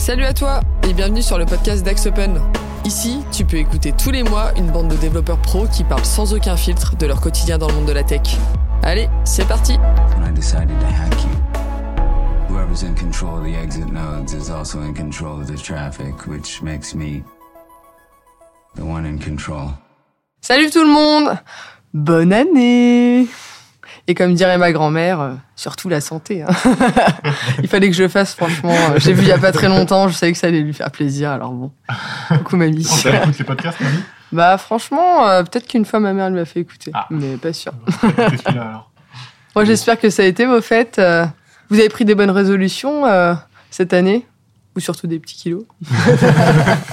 Salut à toi et bienvenue sur le podcast d'Axe Open. Ici, tu peux écouter tous les mois une bande de développeurs pros qui parlent sans aucun filtre de leur quotidien dans le monde de la tech. Allez, c'est parti. When I decided to hack you, whoever's in control of the exit nodes is also in control of the traffic, which makes me the one in control. Salut tout le monde. Bonne année. Et comme dirait ma grand-mère, surtout la santé. Hein. Il fallait que je le fasse, franchement. J'ai vu il y a pas très longtemps, je savais que ça allait lui faire plaisir, alors bon. Coucou mamie. Tu écoutes les podcasts, mamie ? Bah franchement, peut-être qu'une fois ma mère lui a fait écouter, mais pas sûr. Qu'est-ce qu'il a alors ? Moi j'espère que ça a été vos fêtes. Vous avez pris des bonnes résolutions cette année ? Ou surtout des petits kilos ? Quentin ?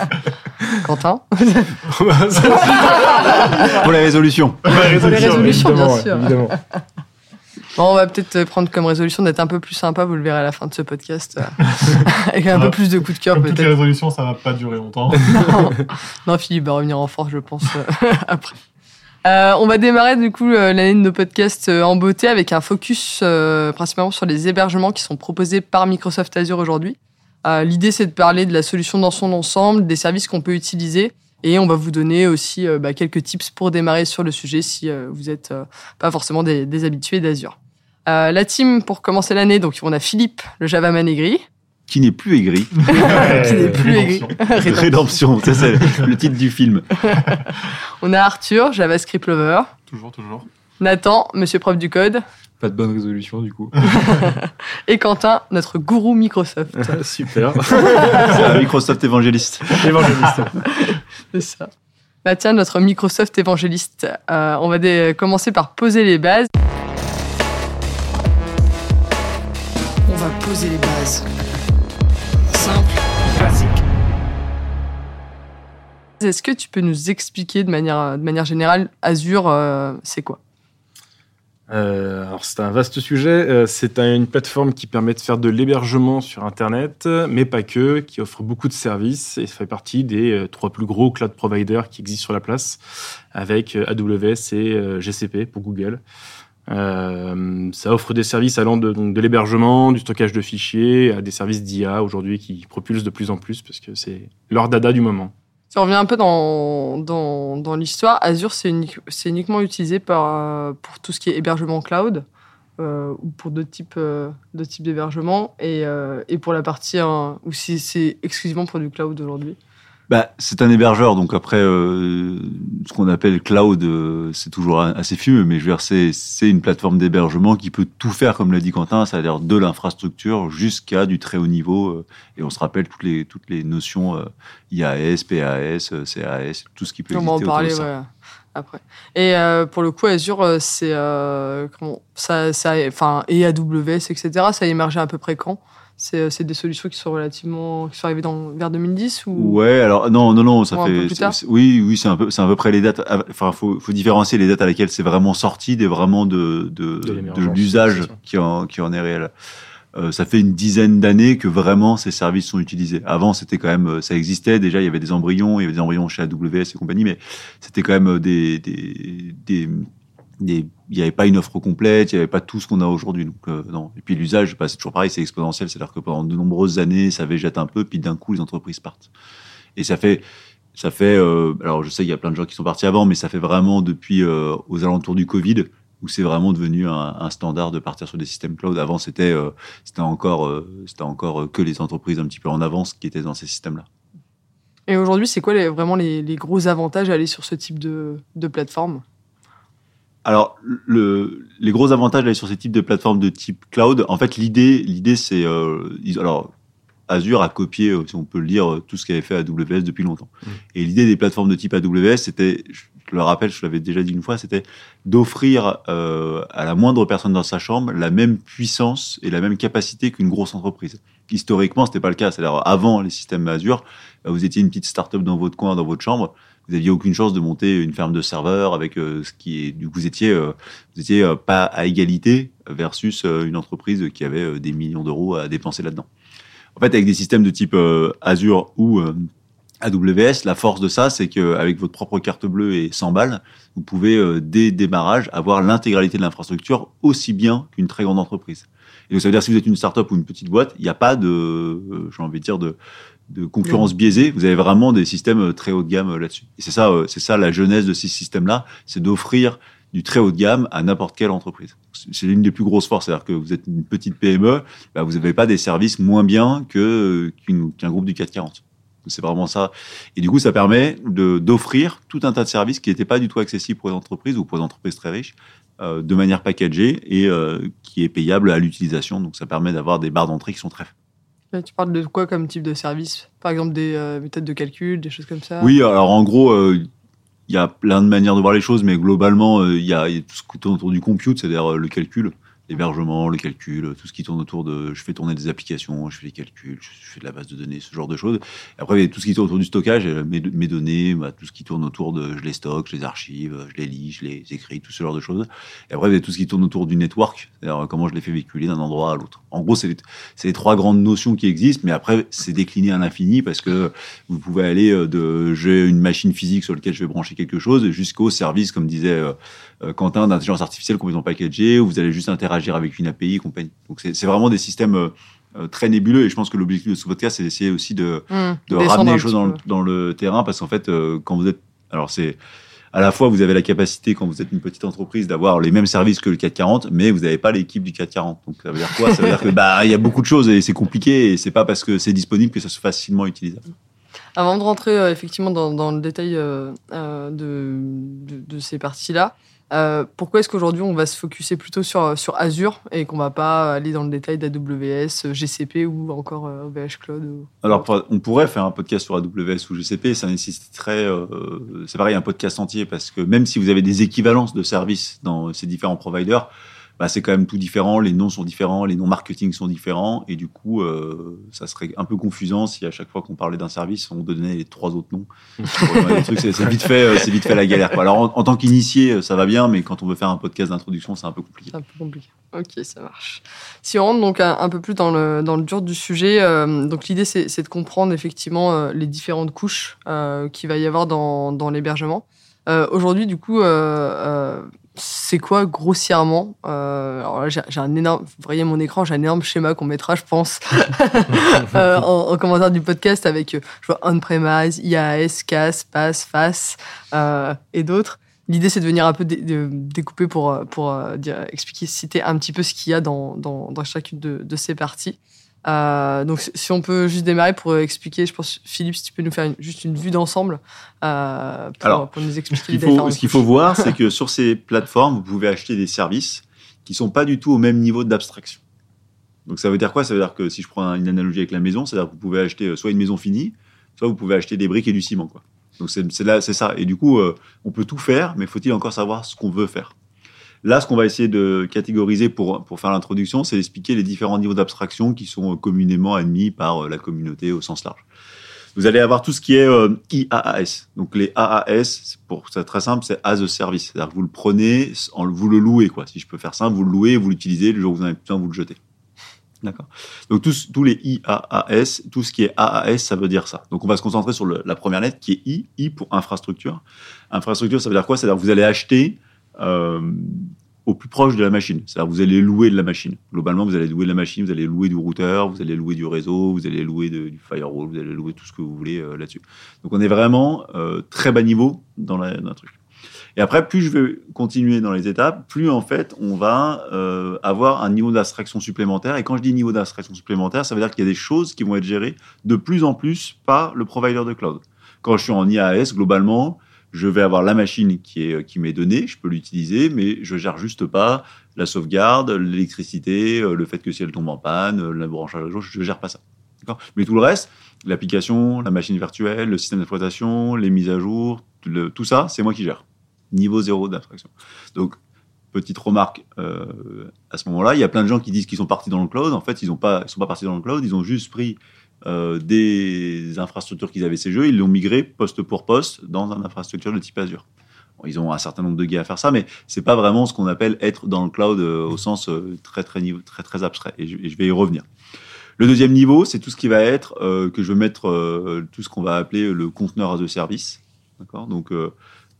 Pour les résolutions. Pour les résolutions, bien sûr. Évidemment. Bon, on va peut-être prendre comme résolution d'être un peu plus sympa, vous le verrez à la fin de ce podcast. Avec un peu plus de coups de cœur, Comme peut-être. toutes les résolutions, ça va pas durer longtemps. Non, Philippe va revenir en force, je pense, après. On va démarrer du coup l'année de nos podcasts en beauté avec un focus principalement sur les hébergements qui sont proposés par Microsoft Azure aujourd'hui. L'idée, c'est de parler de la solution dans son ensemble, des services qu'on peut utiliser, et on va vous donner aussi quelques tips pour démarrer sur le sujet si vous n'êtes pas forcément des habitués d'Azure. La team pour commencer l'année, donc on a Philippe, le Javaman aigri. Qui n'est plus aigri. Qui n'est plus aigri. Rédemption, ça c'est le titre du film. On a Arthur, JavaScript Lover. Toujours. Nathan, Monsieur Prof du Code. Pas de bonne résolution du coup. Et Quentin, notre gourou Microsoft. Super. C'est un Microsoft évangéliste. Évangéliste. C'est ça. Bah tiens, notre Microsoft évangéliste. On va commencer par poser les bases. On va poser les bases. Simple, classique. Est-ce que tu peux nous expliquer de manière générale, Azure, c'est quoi ? Alors c'est un vaste sujet. C'est une plateforme qui permet de faire de l'hébergement sur Internet, mais pas que, qui offre beaucoup de services et ça fait partie des 3 plus gros cloud providers qui existent sur la place, avec AWS et GCP pour Google. Ça offre des services allant de l'hébergement, du stockage de fichiers, à des services d'IA aujourd'hui qui propulsent de plus en plus parce que c'est leur dada du moment. Si on revient un peu dans l'histoire, Azure, c'est uniquement utilisé pour tout ce qui est hébergement cloud ou pour d'autres types d'hébergement et pour la partie où c'est exclusivement pour du cloud aujourd'hui. C'est un hébergeur, donc après, ce qu'on appelle cloud, c'est toujours assez fumeux, mais je veux dire, c'est une plateforme d'hébergement qui peut tout faire, comme l'a dit Quentin, c'est-à-dire de l'infrastructure jusqu'à du très haut niveau, et on se rappelle toutes les notions IaaS, PaaS, CaaS, tout ce qui peut exister on va en parler, autour de ça. Ouais, après. Et pour le coup, Azure, c'est et AWS, etc., ça a émergé à peu près quand ? C'est des solutions qui sont arrivées vers 2010 ou... Ouais, alors non, ça ou fait un peu plus tard. Oui, c'est à peu près les dates. Enfin, faut différencier les dates à laquelle c'est vraiment sorti des vraiment de l'usage qui en est réel. Ça fait une dizaine d'années que vraiment ces services sont utilisés. Avant, c'était quand même, ça existait déjà. Il y avait des embryons chez AWS et compagnie, mais c'était quand même il n'y avait pas une offre complète, il n'y avait pas tout ce qu'on a aujourd'hui. Donc, non. Et puis l'usage, c'est toujours pareil, c'est exponentiel. C'est-à-dire que pendant de nombreuses années, ça végète un peu, puis d'un coup, les entreprises partent. Et ça fait, alors je sais qu'il y a plein de gens qui sont partis avant, mais ça fait vraiment depuis aux alentours du Covid, où c'est vraiment devenu un standard de partir sur des systèmes cloud. Avant, c'était encore que les entreprises un petit peu en avance qui étaient dans ces systèmes-là. Et aujourd'hui, c'est quoi vraiment les gros avantages à aller sur ce type de plateforme ? Alors, les gros avantages d'aller sur ces types de plateformes de type cloud, en fait, l'idée c'est... alors, Azure a copié, si on peut le dire, tout ce qu'avait fait AWS depuis longtemps. Et l'idée des plateformes de type AWS, c'était, je le rappelle, je l'avais déjà dit une fois, c'était d'offrir à la moindre personne dans sa chambre la même puissance et la même capacité qu'une grosse entreprise. Historiquement, c'était pas le cas. C'est-à-dire, avant les systèmes Azure, vous étiez une petite start-up dans votre coin, dans votre chambre. Vous n'aviez aucune chance de monter une ferme de serveurs avec vous étiez pas à égalité versus une entreprise qui avait des millions d'euros à dépenser là-dedans. En fait, avec des systèmes de type Azure ou AWS, la force de ça, c'est qu'avec votre propre carte bleue et 100 balles, vous pouvez, dès démarrage, avoir l'intégralité de l'infrastructure aussi bien qu'une très grande entreprise. Et donc, ça veut dire que si vous êtes une startup ou une petite boîte, il n'y a pas j'ai envie de dire, de concurrence biaisée. Vous avez vraiment des systèmes très haut de gamme là-dessus. Et c'est ça la genèse de ces systèmes-là, c'est d'offrir du très haut de gamme à n'importe quelle entreprise. C'est l'une des plus grosses forces. C'est-à-dire que vous êtes une petite PME, vous n'avez pas des services moins bien qu'un groupe du CAC 40. C'est vraiment ça. Et du coup, ça permet d'offrir tout un tas de services qui n'étaient pas du tout accessibles pour les entreprises ou pour les entreprises très riches, de manière packagée et qui est payable à l'utilisation. Donc, ça permet d'avoir des barres d'entrée qui sont très faibles. Là, tu parles de quoi comme type de service? Par exemple, des méthodes de calcul, des choses comme ça? Oui, alors en gros, il y a plein de manières de voir les choses, mais globalement, il y a tout ce qui tourne autour du compute, c'est-à-dire le calcul, l'hébergement, le calcul, tout ce qui tourne autour je fais tourner des applications, je fais des calculs, je fais de la base de données, ce genre de choses. Et après, il y a tout ce qui tourne autour du stockage, mes données, tout ce qui tourne autour je les stocke, je les archive, je les lis, je les écris, tout ce genre de choses. Et après, il y a tout ce qui tourne autour du network, c'est-à-dire comment je les fais véhiculer d'un endroit à l'autre. En gros, c'est les trois grandes notions qui existent, mais après, c'est décliné à l'infini parce que vous pouvez aller j'ai une machine physique sur laquelle je vais brancher quelque chose jusqu'au service, comme disait Quentin, d'intelligence artificielle complètement packagée, où vous allez juste interagir avec une API et compagnie. Donc, c'est vraiment des systèmes très nébuleux, et je pense que l'objectif de ce podcast, c'est d'essayer aussi de ramener les choses dans le terrain, parce qu'en fait, quand vous êtes... Alors, c'est... À la fois, vous avez la capacité, quand vous êtes une petite entreprise, d'avoir les mêmes services que le CAC 40, mais vous n'avez pas l'équipe du CAC 40. Donc, ça veut dire quoi? Ça veut dire que, il y a beaucoup de choses et c'est compliqué, et c'est pas parce que c'est disponible que ça soit facilement utilisable. Avant de rentrer effectivement dans le détail de ces parties-là, pourquoi est-ce qu'aujourd'hui on va se focuser plutôt sur Azure et qu'on va pas aller dans le détail d'AWS, GCP ou encore OVH Cloud Alors, on pourrait faire un podcast sur AWS ou GCP, ça nécessiterait, c'est pareil, un podcast entier, parce que même si vous avez des équivalences de services dans ces différents providers, c'est quand même tout différent, les noms sont différents, les noms marketing sont différents, et du coup, ça serait un peu confusant si à chaque fois qu'on parlait d'un service, on donnait les 3 autres noms. Les trucs, c'est vite fait la galère, quoi. Alors, en tant qu'initié, ça va bien, mais quand on veut faire un podcast d'introduction, c'est un peu compliqué. C'est un peu compliqué. Ok, ça marche. Si on rentre donc un peu plus dans le dur du sujet, donc l'idée c'est de comprendre effectivement les différentes couches qu'il va y avoir dans l'hébergement. Aujourd'hui, du coup, c'est quoi grossièrement alors là, j'ai un énorme, vous voyez mon écran, j'ai un énorme schéma qu'on mettra, je pense, en commentaire du podcast avec, je vois on-premise, IaaS, CaaS, PaaS, FaaS et d'autres. L'idée, c'est de venir un peu découper pour expliquer, citer un petit peu ce qu'il y a dans chacune de ces parties. Donc, si on peut juste démarrer pour expliquer, je pense, Philippe, si tu peux nous faire juste une vue d'ensemble pour nous expliquer les différentes. Ce qu'il faut voir, c'est que sur ces plateformes, vous pouvez acheter des services qui ne sont pas du tout au même niveau d'abstraction. Donc, ça veut dire quoi? Ça veut dire que si je prends une analogie avec la maison, c'est-à-dire que vous pouvez acheter soit une maison finie, soit vous pouvez acheter des briques et du ciment, quoi. Donc, c'est ça. Et du coup, on peut tout faire, mais faut-il encore savoir ce qu'on veut faire? Là, ce qu'on va essayer de catégoriser pour faire l'introduction, c'est d'expliquer les différents niveaux d'abstraction qui sont communément admis par la communauté au sens large. Vous allez avoir tout ce qui est IaaS. Donc, les AAS, c'est très simple, c'est as a service. C'est-à-dire que vous le prenez, vous le louez, quoi. Si je peux faire simple, vous le louez, vous l'utilisez, le jour où vous en avez besoin, vous le jetez. D'accord. Donc, tous les IaaS, tout ce qui est AAS, ça veut dire ça. Donc, on va se concentrer sur la première lettre qui est I pour infrastructure. Infrastructure, ça veut dire quoi? C'est-à-dire que vous allez acheter au plus proche de la machine. C'est-à-dire que vous allez louer de la machine. Globalement, vous allez louer de la machine, vous allez louer du routeur, vous allez louer du réseau, vous allez louer du firewall, vous allez louer tout ce que vous voulez là-dessus. Donc, on est vraiment très bas niveau dans le truc. Et après, plus je vais continuer dans les étapes, plus en fait, on va avoir un niveau d'abstraction supplémentaire. Et quand je dis niveau d'abstraction supplémentaire, ça veut dire qu'il y a des choses qui vont être gérées de plus en plus par le provider de cloud. Quand je suis en IaaS, globalement, je vais avoir la machine qui m'est donnée, je peux l'utiliser, mais je gère juste pas la sauvegarde, l'électricité, le fait que si elle tombe en panne, le branchage à jour, je gère pas ça. D'accord ? Mais tout le reste, l'application, la machine virtuelle, le système d'exploitation, les mises à jour, tout ça, c'est moi qui gère. Niveau 0 d'abstraction. Donc, petite remarque, à ce moment-là, il y a plein de gens qui disent qu'ils sont partis dans le cloud. En fait, ils sont pas partis dans le cloud, ils ont juste pris des infrastructures qu'ils avaient ces jeux, ils l'ont migré poste pour poste dans une infrastructure de type Azure. Bon, ils ont un certain nombre de gars à faire ça, mais c'est pas vraiment ce qu'on appelle être dans le cloud au sens très abstrait. Et je vais y revenir. Le deuxième niveau, c'est tout ce qui va être que je vais mettre tout ce qu'on va appeler le conteneur as a service. D'accord ? Donc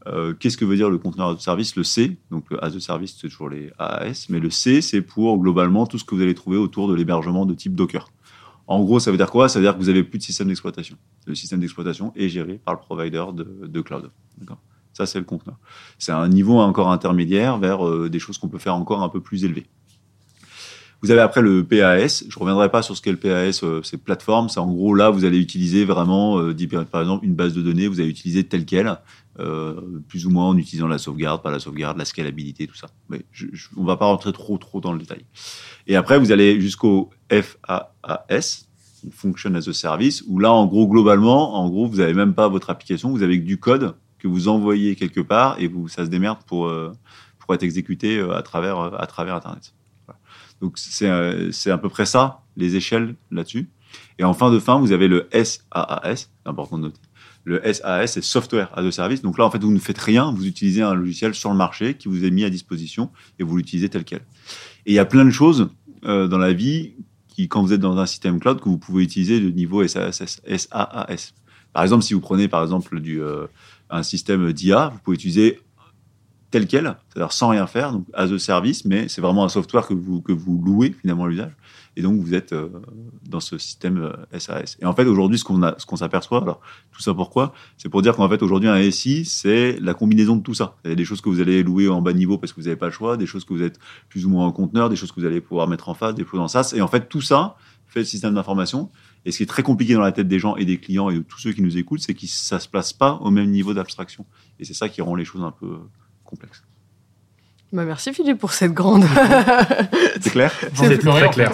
Qu'est-ce que veut dire le conteneur as a service? Le C, donc le as a service, c'est toujours les AAS, mais le C, c'est pour globalement tout ce que vous allez trouver autour de l'hébergement de type Docker. En gros, ça veut dire quoi? Ça veut dire que vous n'avez plus de système d'exploitation. Le système d'exploitation est géré par le provider de cloud. D'accord? Ça, c'est le conteneur. C'est un niveau encore intermédiaire vers des choses qu'on peut faire encore un peu plus élevées. Vous avez après le PAS. Je ne reviendrai pas sur ce qu'est le PAS, c'est plateforme. C'est en gros, là, vous allez utiliser vraiment, par exemple, une base de données, vous allez utiliser telle qu'elle, plus ou moins en utilisant la sauvegarde, pas la sauvegarde, la scalabilité, tout ça. Mais on ne va pas rentrer trop dans le détail. Et après, vous allez jusqu'au FAAS, Function as a Service, où là, en gros, globalement, vous n'avez même pas votre application, vous avez du code que vous envoyez quelque part et ça se démerde pour être exécuté à travers Internet. Voilà. Donc, c'est à peu près ça, les échelles là-dessus. Et en fin de fin, vous avez le SaaS, c'est important de noter. Le SaaS, c'est Software as a Service. Donc là, en fait, vous ne faites rien, vous utilisez un logiciel sur le marché qui vous est mis à disposition et vous l'utilisez tel quel. Et il y a plein de choses dans la vie qui, quand vous êtes dans un système cloud, que vous pouvez utiliser de niveau SaaS. Par exemple, si vous prenez par exemple un système d'IA, vous pouvez utiliser tel quel, c'est-à-dire sans rien faire, donc as a service, mais c'est vraiment un software que vous louez finalement à l'usage. Et donc, vous êtes dans ce système SaaS. Et en fait, aujourd'hui, ce qu'on s'aperçoit, alors, tout ça pourquoi? C'est pour dire qu'en fait, aujourd'hui, un SI, c'est la combinaison de tout ça. Il y a des choses que vous allez louer en bas niveau parce que vous n'avez pas le choix, des choses que vous êtes plus ou moins en conteneur, des choses que vous allez pouvoir mettre en face, des choses en SaaS. Et en fait, tout ça fait le système d'information. Et ce qui est très compliqué dans la tête des gens et des clients et de tous ceux qui nous écoutent, c'est que ça ne se place pas au même niveau d'abstraction. Et c'est ça qui rend les choses un peu complexes. Bah merci Philippe pour cette grande... C'est clair? C'est très clair.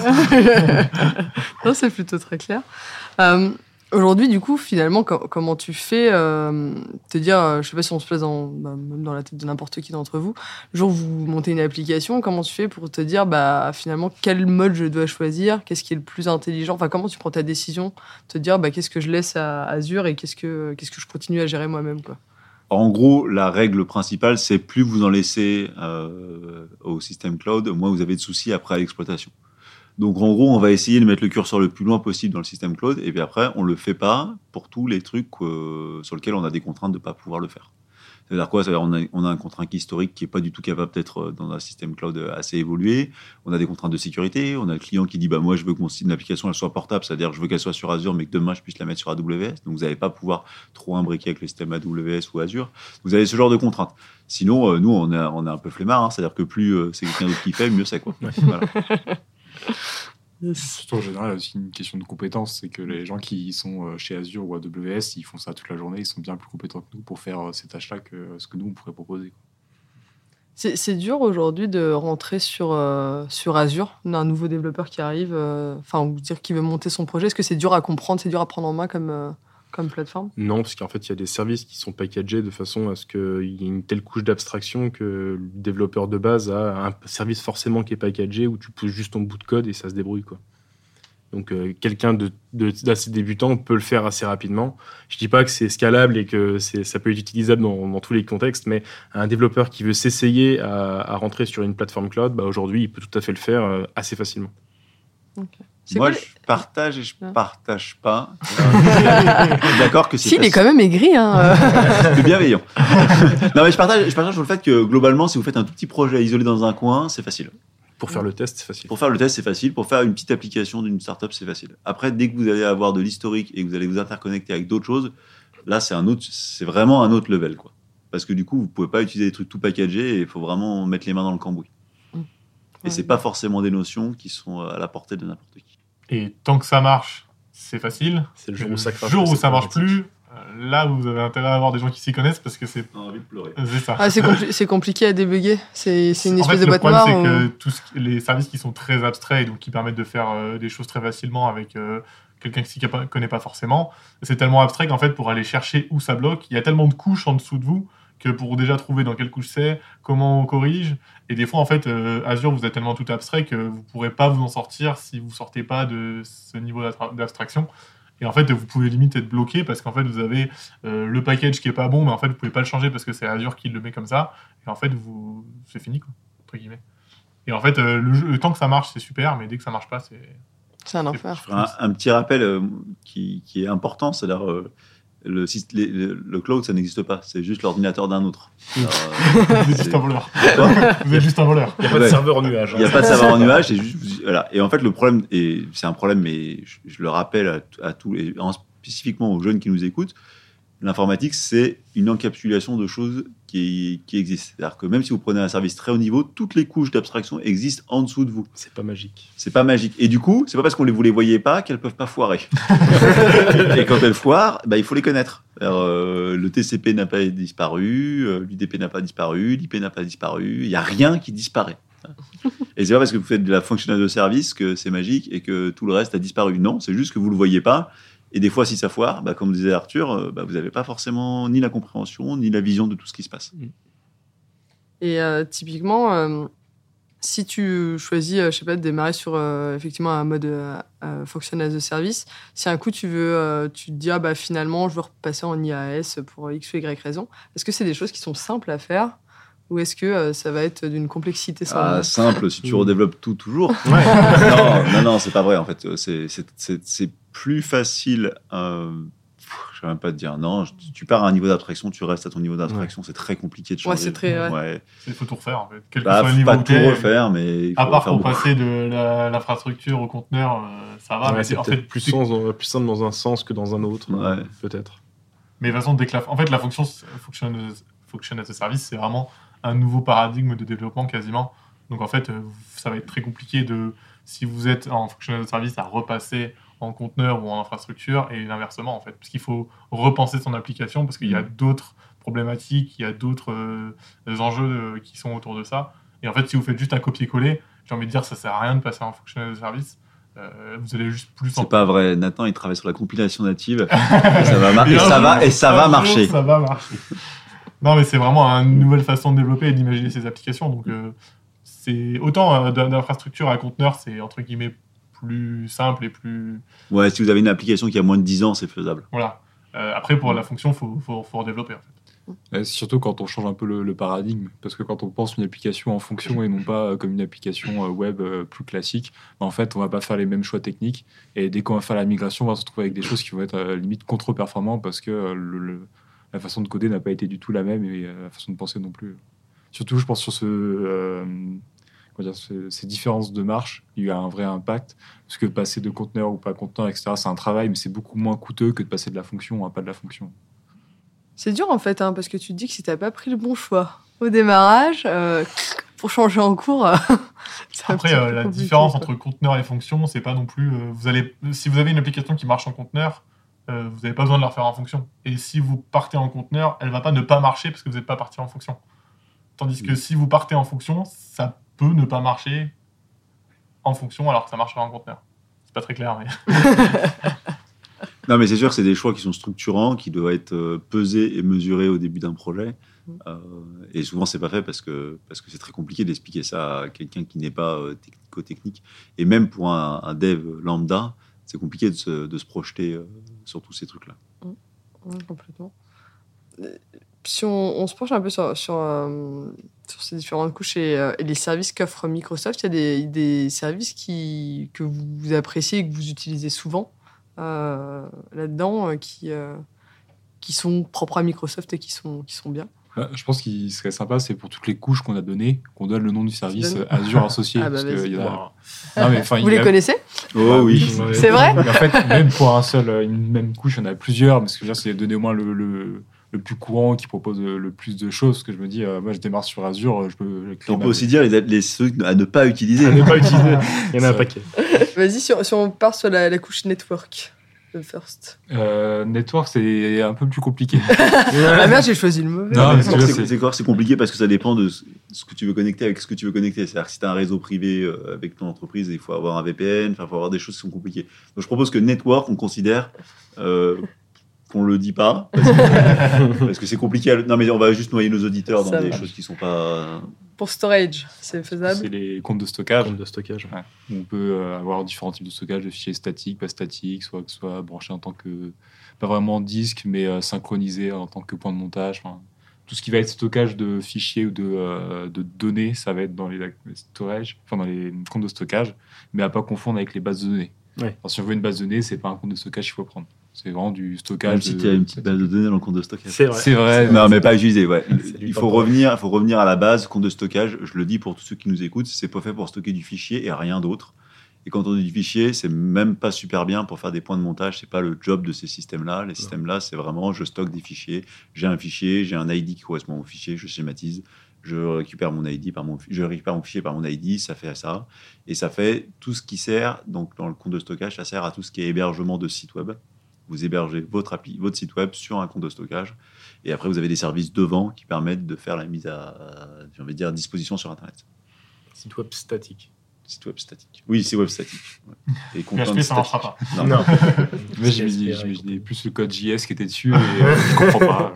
Non, c'est plutôt très clair. Aujourd'hui, du coup, finalement, comment tu fais te dire, je sais pas si on se place même dans la tête de n'importe qui d'entre vous, le jour où vous montez une application, comment tu fais pour te dire, finalement, quel mode je dois choisir, qu'est-ce qui est le plus intelligent, enfin, comment tu prends ta décision, te dire, qu'est-ce que je laisse à Azure et qu'est-ce que je continue à gérer moi-même, quoi. En gros, la règle principale, c'est plus vous en laissez au système cloud, moins vous avez de soucis après à l'exploitation. Donc, en gros, on va essayer de mettre le curseur le plus loin possible dans le système cloud, et puis après, on le fait pas pour tous les trucs sur lesquels on a des contraintes de pas pouvoir le faire. C'est-à-dire quoi? C'est-à-dire on a un contraint historique qui est pas du tout capable d'être dans un système cloud assez évolué. On a des contraintes de sécurité. On a le client qui dit moi je veux que mon application elle soit portable, c'est-à-dire je veux qu'elle soit sur Azure, mais que demain je puisse la mettre sur AWS. Donc vous n'allez pas pouvoir trop imbriquer avec le système AWS ou Azure. Vous avez ce genre de contraintes. Sinon, nous on est un peu flemmard, c'est-à-dire que plus c'est quelqu'un d'autre qui fait, mieux c'est quoi. Ouais. Voilà. Surtout en général, aussi une question de compétence, c'est que les gens qui sont chez Azure ou AWS, ils font ça toute la journée, ils sont bien plus compétents que nous pour faire ces tâches-là que ce que nous on pourrait proposer. C'est dur aujourd'hui de rentrer sur Azure, d'un nouveau développeur qui arrive, ou dire qui veut monter son projet. Est-ce que c'est dur à comprendre, c'est dur à prendre en main comme plateforme? Non, parce qu'en fait, il y a des services qui sont packagés de façon à ce qu'il y ait une telle couche d'abstraction que le développeur de base a un service forcément qui est packagé où tu pousses juste ton bout de code et ça se débrouille, quoi. Donc, quelqu'un d'assez débutant peut le faire assez rapidement. Je ne dis pas que c'est scalable et que ça peut être utilisable dans tous les contextes, mais un développeur qui veut s'essayer à rentrer sur une plateforme cloud, aujourd'hui, il peut tout à fait le faire assez facilement. Okay. Moi, je partage et je partage pas. D'accord que c'est Si, il est quand même aigri. C'est bienveillant. Non, mais je partage sur le fait que, globalement, si vous faites un tout petit projet isolé dans un coin, c'est facile. Pour faire le test, c'est facile. Pour faire le test, c'est facile. Pour faire une petite application d'une startup, c'est facile. Après, dès que vous allez avoir de l'historique et que vous allez vous interconnecter avec d'autres choses, là, c'est vraiment un autre level, quoi. Parce que du coup, vous pouvez pas utiliser des trucs tout packagés et il faut vraiment mettre les mains dans le cambouis. Et c'est pas forcément des notions qui sont à la portée de n'importe qui. Et tant que ça marche, c'est facile. C'est le jour où ça crache. Le jour où ça marche plus, là, vous avez intérêt à avoir des gens qui s'y connaissent parce que c'est... envie de pleurer. C'est ça. C'est compliqué à débugger. C'est une espèce de le boîte noire. problème, c'est que les services qui sont très abstraits et donc qui permettent de faire des choses très facilement avec quelqu'un qui ne connaît pas forcément, c'est tellement abstrait qu'en fait, pour aller chercher où ça bloque, il y a tellement de couches en dessous de vous que pour déjà trouver dans quelle couche c'est, comment on corrige. Et des fois, en fait, Azure, vous êtes tellement tout abstrait que vous ne pourrez pas vous en sortir si vous ne sortez pas de ce niveau d'abstraction. Et en fait, vous pouvez limite être bloqué parce qu'en fait, vous avez le package qui n'est pas bon, mais en fait, vous ne pouvez pas le changer parce que c'est Azure qui le met comme ça. Et en fait, c'est fini, quoi, entre guillemets. Et en fait, le temps que ça marche, c'est super, mais dès que ça ne marche pas, c'est un enfer. Un petit rappel qui est important, c'est-à-dire Le cloud, ça n'existe pas. C'est juste l'ordinateur d'un autre. Vous êtes juste un voleur. Vous êtes juste un voleur. Il n'y a pas de serveur en nuage. Il n'y a pas de serveur en nuage. Voilà. Et en fait, le problème, et c'est un problème, mais je le rappelle à tous, et spécifiquement aux jeunes qui nous écoutent, l'informatique, c'est une encapsulation de choses qui existent. C'est-à-dire que même si vous prenez un service très haut niveau, toutes les couches d'abstraction existent en dessous de vous. C'est pas magique. C'est pas magique. Et du coup, c'est pas parce vous les voyez pas qu'elles peuvent pas foirer. Et quand elles foirent, il faut les connaître. Alors, le TCP n'a pas disparu, l'UDP n'a pas disparu, l'IP n'a pas disparu. Il y a rien qui disparaît. Et c'est pas parce que vous faites de la fonctionnalité de service que c'est magique et que tout le reste a disparu. Non, c'est juste que vous le voyez pas. Et des fois, si ça foire, comme disait Arthur, vous n'avez pas forcément ni la compréhension, ni la vision de tout ce qui se passe. Et typiquement, si tu choisis, de démarrer sur effectivement un mode Function as a Service, si un coup tu te dis, finalement, je veux repasser en IaaS pour X ou Y raison, est-ce que c'est des choses qui sont simples à faire ou est-ce que ça va être d'une complexité sans nom ? Simple, si tu redéveloppes tout toujours. Ouais. Non, c'est pas vrai, en fait. C'est plus facile. Je ne vais même pas te dire non. Tu pars à un niveau d'abstraction, tu restes à ton niveau d'abstraction. C'est très compliqué de changer. Ouais, c'est très. Ouais. Il faut tout refaire, en fait. Quel que soit le niveau pas où tout refaire, mais. À part pour passer de l'infrastructure au conteneur, ça va. Mais c'est en fait plus simple dans un sens que dans un autre, peut-être. Mais de toute façon, la fonction Function as a Service, c'est vraiment un nouveau paradigme de développement quasiment. Donc en fait, ça va être très compliqué si vous êtes en Function as a Service, à repasser en conteneur ou en infrastructure et inversement en fait, parce qu'il faut repenser son application parce qu'il y a d'autres problématiques, il y a d'autres enjeux qui sont autour de ça. Et en fait, si vous faites juste un copier-coller, j'ai envie de dire, ça sert à rien de passer en Function as a Service. Vous allez juste plus. C'est pas vrai. Nathan, il travaille sur la compilation native et ça va marcher. Ça va marcher. Non, mais c'est vraiment une nouvelle façon de développer et d'imaginer ces applications. Donc, c'est autant d'infrastructure à conteneur, c'est entre guillemets plus simple et plus. Ouais, si vous avez une application qui a moins de 10 ans, c'est faisable. Voilà. Après, pour la fonction, faut redévelopper en fait. Surtout quand on change un peu le paradigme, parce que quand on pense une application en fonction et non pas comme une application web plus classique, en fait, on va pas faire les mêmes choix techniques. Et dès qu'on va faire la migration, on va se retrouver avec des choses qui vont être limite contre-performantes parce que la façon de coder n'a pas été du tout la même et la façon de penser non plus. Surtout, je pense sur ces différences de marche, il y a un vrai impact. Parce que passer de conteneur ou pas conteneur, etc., c'est un travail, mais c'est beaucoup moins coûteux que de passer de la fonction à pas de la fonction. C'est dur en fait, parce que tu te dis que si tu n'as pas pris le bon choix au démarrage, pour changer en cours. Après, la différence entre conteneur et fonction, c'est pas non plus. Si vous avez une application qui marche en conteneur, vous n'avez pas besoin de la refaire en fonction. Et si vous partez en conteneur, elle ne va pas ne pas marcher parce que vous n'êtes pas parti en fonction. Tandis que si vous partez en fonction, ça peut ne pas marcher en fonction alors que ça marchera en conteneur. C'est pas très clair, mais... Non, mais c'est sûr que c'est des choix qui sont structurants, qui doivent être pesés et mesurés au début d'un projet. Et souvent, c'est pas fait parce que c'est très compliqué d'expliquer ça à quelqu'un qui n'est pas technico-technique. Et même pour un dev lambda, c'est compliqué de se projeter sur tous ces trucs-là. Complètement. Si on se penche un peu sur ces différentes couches et les services qu'offre Microsoft, il y a des services que vous appréciez et que vous utilisez souvent là-dedans, qui sont propres à Microsoft et qui sont bien. Je pense qu'il serait sympa, c'est pour toutes les couches qu'on a données, qu'on donne le nom du service Azure associé. Parce que vous les connaissez ? Oh oui. C'est vrai ? En fait, même pour une même couche, il y en a plusieurs, parce que c'est donner au moins le plus courant, qui propose le plus de choses. Parce que je me dis, moi je démarre sur Azure, je peux... On peut aussi dire ceux à ne pas utiliser. À ne pas utiliser, il y en a un paquet. Vas-y, si on part sur la couche network. First. Network, c'est un peu plus compliqué. Ah merde, j'ai choisi le mauvais. Non, c'est compliqué parce que ça dépend de ce que tu veux connecter avec ce que tu veux connecter. C'est-à-dire que si tu as un réseau privé avec ton entreprise, il faut avoir un VPN, il faut avoir des choses qui sont compliquées. Donc je propose que network, on considère qu'on le dit pas parce que c'est compliqué. Non, mais on va juste noyer nos auditeurs dans des choses qui sont pas... Pour storage, c'est faisable. C'est les comptes de stockage. Ouais. On peut avoir différents types de stockage, de fichiers statiques, pas statiques, soit branché en tant que, pas vraiment disque, mais synchronisé en tant que point de montage. Tout ce qui va être stockage de fichiers ou de données, ça va être dans les storage, dans les comptes de stockage, mais à pas confondre avec les bases de données. Ouais. Alors, si on veut une base de données, c'est pas un compte de stockage qu'il faut prendre. C'est vraiment du stockage. Même si tu as une petite base de données dans le compte de stockage. C'est vrai. C'est vrai. Non, mais pas utilisé, ouais. C'est du Il faut temporaire. revenir à la base, compte de stockage. Je le dis pour tous ceux qui nous écoutent, c'est pas fait pour stocker du fichier et rien d'autre. Et quand on dit du fichier, c'est même pas super bien pour faire des points de montage. C'est pas le job de ces systèmes-là. Les systèmes-là, c'est vraiment, je stocke des fichiers. J'ai un fichier, j'ai un ID qui correspond au fichier, je schématise. Je récupère mon fichier par mon ID, ça fait ça. Et ça fait tout ce qui sert, donc dans le compte de stockage, ça sert à tout ce qui est hébergement de site web. Vous hébergez votre site web sur un compte de stockage. Et après, vous avez des services devant qui permettent de faire la mise à disposition sur Internet. Site web statique. Site web statique. Oui, c'est web statique. Ouais. Et content PHP, ça statique. marchera pas. Non. Moi, j'imaginais plus le code JS qui était dessus et je comprends pas.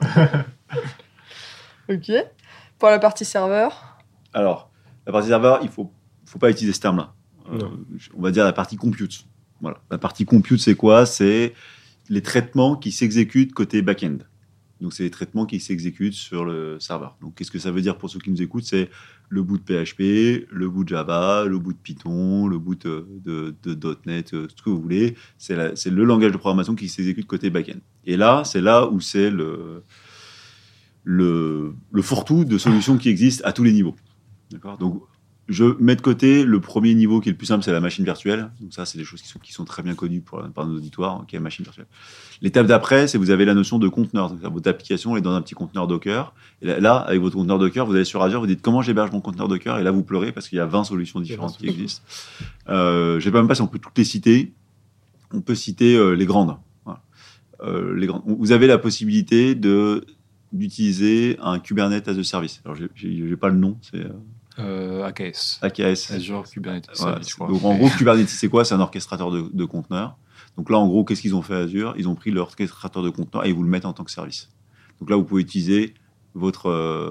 Ok. Pour la partie serveur. Alors, la partie serveur, il faut pas utiliser ce terme-là. Non. On va dire la partie compute. Voilà. La partie compute, c'est quoi? C'est les traitements qui s'exécutent côté back-end. Donc, c'est les traitements qui s'exécutent sur le serveur. Donc, qu'est-ce que ça veut dire pour ceux qui nous écoutent? C'est le bout de PHP, le bout de Java, le bout de Python, le bout de .NET, ce que vous voulez. C'est le langage de programmation qui s'exécute côté back-end. Et là, c'est là où c'est le fourre-tout de solutions qui existent à tous les niveaux. D'accord? Donc, je mets de côté le premier niveau qui est le plus simple, c'est la machine virtuelle. Donc ça, c'est des choses qui sont très bien connues par nos auditoires, qui est la machine virtuelle. L'étape d'après, c'est vous avez la notion de conteneur. Donc, votre application est dans un petit conteneur Docker. Et là, avec votre conteneur Docker, vous allez sur Azure, vous dites comment j'héberge mon conteneur Docker. Et là, vous pleurez parce qu'il y a 20 solutions différentes qui existent. Je ne sais même pas si on peut toutes les citer. On peut citer les grandes. Voilà. Les grandes. Vous avez la possibilité d'utiliser un Kubernetes as a service. Alors, j'ai pas le nom, c'est AKS. AKS. Azure Kubernetes Voilà. Service, je crois. Donc en gros, Kubernetes, c'est quoi? C'est un orchestrateur de conteneurs. Donc là, en gros, qu'est-ce qu'ils ont fait Azure? Ils ont pris l'orchestrateur de conteneurs et ils vous le mettent en tant que service. Donc là, vous pouvez utiliser votre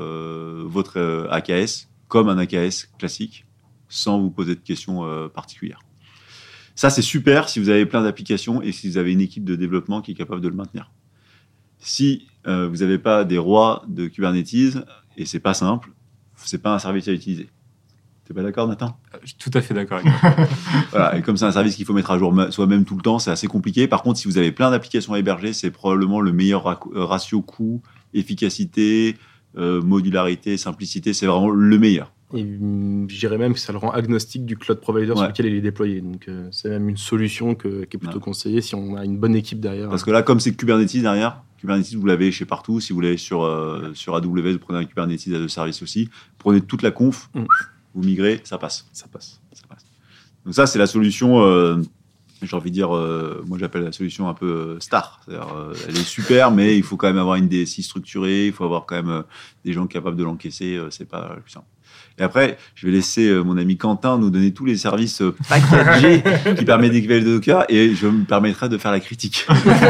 AKS comme un AKS classique sans vous poser de questions particulières. Ça, c'est super si vous avez plein d'applications et si vous avez une équipe de développement qui est capable de le maintenir. Si vous n'avez pas des rois de Kubernetes, et c'est pas simple, c'est pas un service à utiliser. T'es pas d'accord, Nathan? Je suis tout à fait d'accord avec toi. Voilà, et comme c'est un service qu'il faut mettre à jour soi-même tout le temps, c'est assez compliqué. Par contre, si vous avez plein d'applications à héberger, c'est probablement le meilleur ratio coût, efficacité, modularité, simplicité, c'est vraiment le meilleur. Et je dirais même que ça le rend agnostique du cloud provider sur lequel il est déployé. Donc, c'est même une solution qui est plutôt conseillée si on a une bonne équipe derrière. Parce que là, comme c'est Kubernetes derrière, Kubernetes, vous l'avez chez partout. Si vous l'avez sur AWS, vous prenez un Kubernetes as a service aussi. Prenez toute la conf, vous migrez, ça passe. Ça passe. Donc ça, c'est la solution, j'ai envie de dire, moi j'appelle la solution un peu star. C'est-à-dire, elle est super, mais il faut quand même avoir une DSI structurée, il faut avoir quand même des gens capables de l'encaisser, c'est pas le plus simple. Et après, je vais laisser mon ami Quentin nous donner tous les services packagés qui permettent d'équiper le Docker et je me permettrai de faire la critique.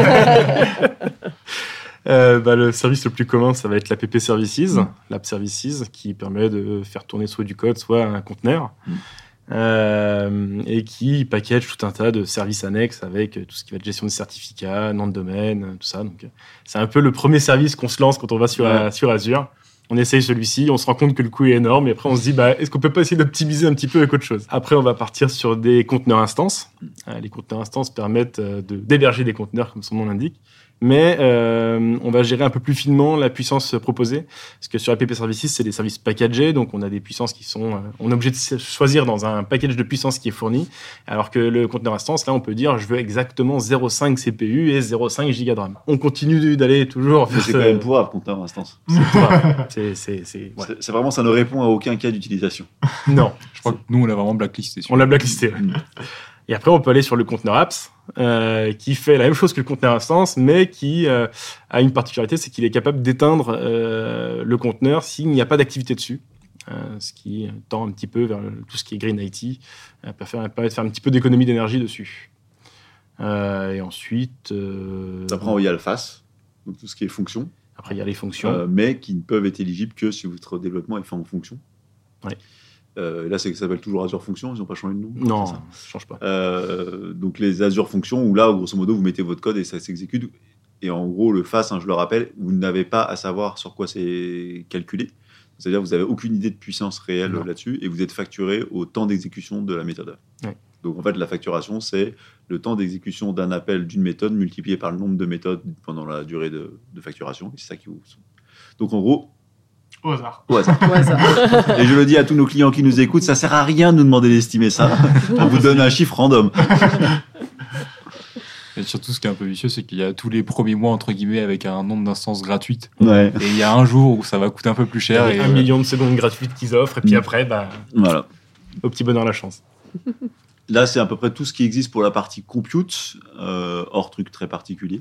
Le service le plus commun, ça va être l'APP Services, l'App Services, qui permet de faire tourner soit du code, soit un conteneur, et qui package tout un tas de services annexes avec tout ce qui va être gestion de certificats, nom de domaine, tout ça. Donc, c'est un peu le premier service qu'on se lance quand on va sur Azure. On essaye celui-ci, on se rend compte que le coût est énorme, et après on se dit, est-ce qu'on peut pas essayer d'optimiser un petit peu avec autre chose? Après, on va partir sur des conteneurs instances. Les conteneurs instances permettent d'héberger des conteneurs, comme son nom l'indique, mais on va gérer un peu plus finement la puissance proposée, parce que sur APP Services, c'est des services packagés, donc on a des puissances qui sont... on est obligé de choisir dans un package de puissance qui est fourni, alors que le conteneur instance, là, on peut dire, je veux exactement 0,5 CPU et 0,5 Go de RAM. On continue d'aller toujours... C'est quand même pourrave, conteneur instance. C'est vraiment, ça ne répond à aucun cas d'utilisation. Non. Je crois que nous, on l'a vraiment blacklisté. On l'a blacklisté. Et après, on peut aller sur le conteneur apps, qui fait la même chose que le conteneur instance, mais qui a une particularité, c'est qu'il est capable d'éteindre le conteneur s'il n'y a pas d'activité dessus. Ce qui tend un petit peu vers tout ce qui est Green IT, permet de faire un petit peu d'économie d'énergie dessus. Et ensuite... Après, il y a le FAS, donc tout ce qui est fonction. Après, il y a les fonctions. Mais qui ne peuvent être éligibles que si votre développement est fait en fonction. Ouais. Là, ça s'appelle toujours Azure Functions, ils n'ont pas changé de nom. Non, ça ne change pas. Donc, les Azure Functions, où là, grosso modo, vous mettez votre code et ça s'exécute. Et en gros, le FAS, je le rappelle, vous n'avez pas à savoir sur quoi c'est calculé. C'est-à-dire que vous n'avez aucune idée de puissance réelle là-dessus et vous êtes facturé au temps d'exécution de la méthode. Ouais. Donc en fait, la facturation, c'est le temps d'exécution d'un appel d'une méthode multiplié par le nombre de méthodes pendant la durée de facturation. Et c'est ça qui vous... Donc en gros, Au hasard. au hasard. Ouais, ça. Et je le dis à tous nos clients qui nous écoutent, ça sert à rien de nous demander d'estimer ça. On vous donne un chiffre random. Et surtout, ce qui est un peu vicieux, c'est qu'il y a tous les premiers mois, entre guillemets, avec un nombre d'instances gratuites. Ouais. Et il y a un jour où ça va coûter un peu plus cher. Il y Et a 1 million de secondes gratuites qu'ils offrent, et puis après, Voilà. au petit bonheur la chance. Là, c'est à peu près tout ce qui existe pour la partie compute, hors truc très particulier.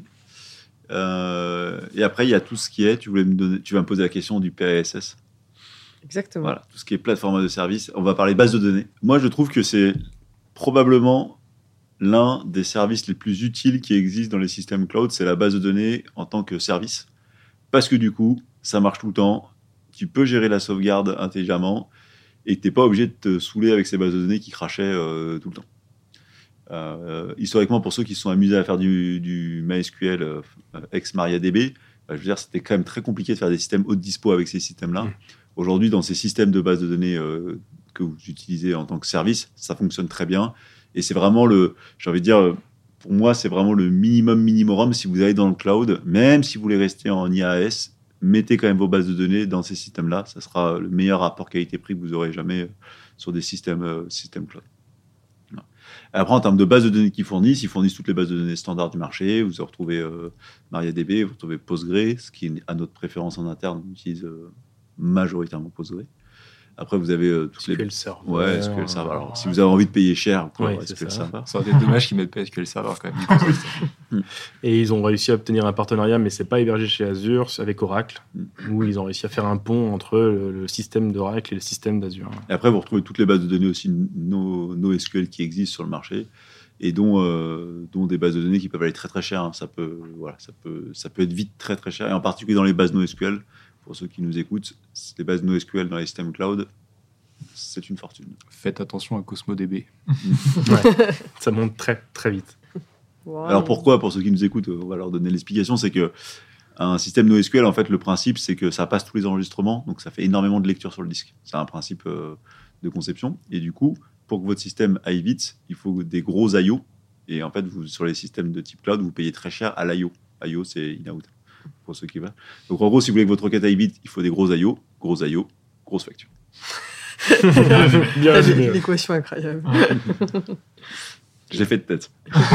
Et après, il y a tout ce qui est, tu vas me poser la question du PASS. Exactement. Voilà, tout ce qui est plateforme de service. On va parler base de données. Moi, je trouve que c'est probablement l'un des services les plus utiles qui existent dans les systèmes cloud, c'est la base de données en tant que service. Parce que du coup, ça marche tout le temps, tu peux gérer la sauvegarde intelligemment, et tu n'es pas obligé de te saouler avec ces bases de données qui crachaient tout le temps. Historiquement, pour ceux qui se sont amusés à faire du MySQL ex-MariaDB, je veux dire, c'était quand même très compliqué de faire des systèmes haute dispo avec ces systèmes-là. Aujourd'hui, dans ces systèmes de base de données que vous utilisez en tant que service, ça fonctionne très bien. Et c'est vraiment j'ai envie de dire, pour moi, c'est vraiment le minimum si vous allez dans le cloud, même si vous voulez rester en IaaS, mettez quand même vos bases de données dans ces systèmes-là. Ça sera le meilleur rapport qualité-prix que vous aurez jamais sur des systèmes cloud. Voilà. Après, en termes de bases de données qu'ils fournissent, ils fournissent toutes les bases de données standards du marché. Vous retrouvez MariaDB, vous retrouvez Postgre, ce qui est à notre préférence en interne, on utilise majoritairement Postgre. Après, vous avez toutes les... SQL Server. Ouais, SQL Server. Alors, si vous avez envie de payer cher, vous pouvez Ouais, SQL c'est ça. Server. ça aurait été dommage qu'ils mettent pas SQL Server quand même. Et ils ont réussi à obtenir un partenariat, mais c'est pas hébergé chez Azure, c'est avec Oracle, où ils ont réussi à faire un pont entre le système d'Oracle et le système d'Azure. Et après, vous retrouvez toutes les bases de données aussi NoSQL qui existent sur le marché et dont des bases de données qui peuvent aller très très cher. Hein. Ça peut être vite très très cher. Et en particulier dans les bases NoSQL, pour ceux qui nous écoutent, les bases NoSQL dans les systèmes cloud, c'est une fortune. Faites attention à CosmoDB. Ça monte très très vite. Wow. Alors pourquoi, pour ceux qui nous écoutent, on va leur donner l'explication, c'est que un système NoSQL, en fait, le principe, c'est que ça passe tous les enregistrements, donc ça fait énormément de lecture sur le disque. C'est un principe de conception. Et du coup, pour que votre système aille vite, il faut des gros I/O. Et en fait, sur les systèmes de type cloud, vous payez très cher à l'I/O. I/O, c'est in-out, pour ceux qui veulent. Donc en gros, si vous voulez que votre requête aille vite, il faut des gros I/O, grosse facture. Bien résumé. L'équation incroyable. Je l'ai fait de tête.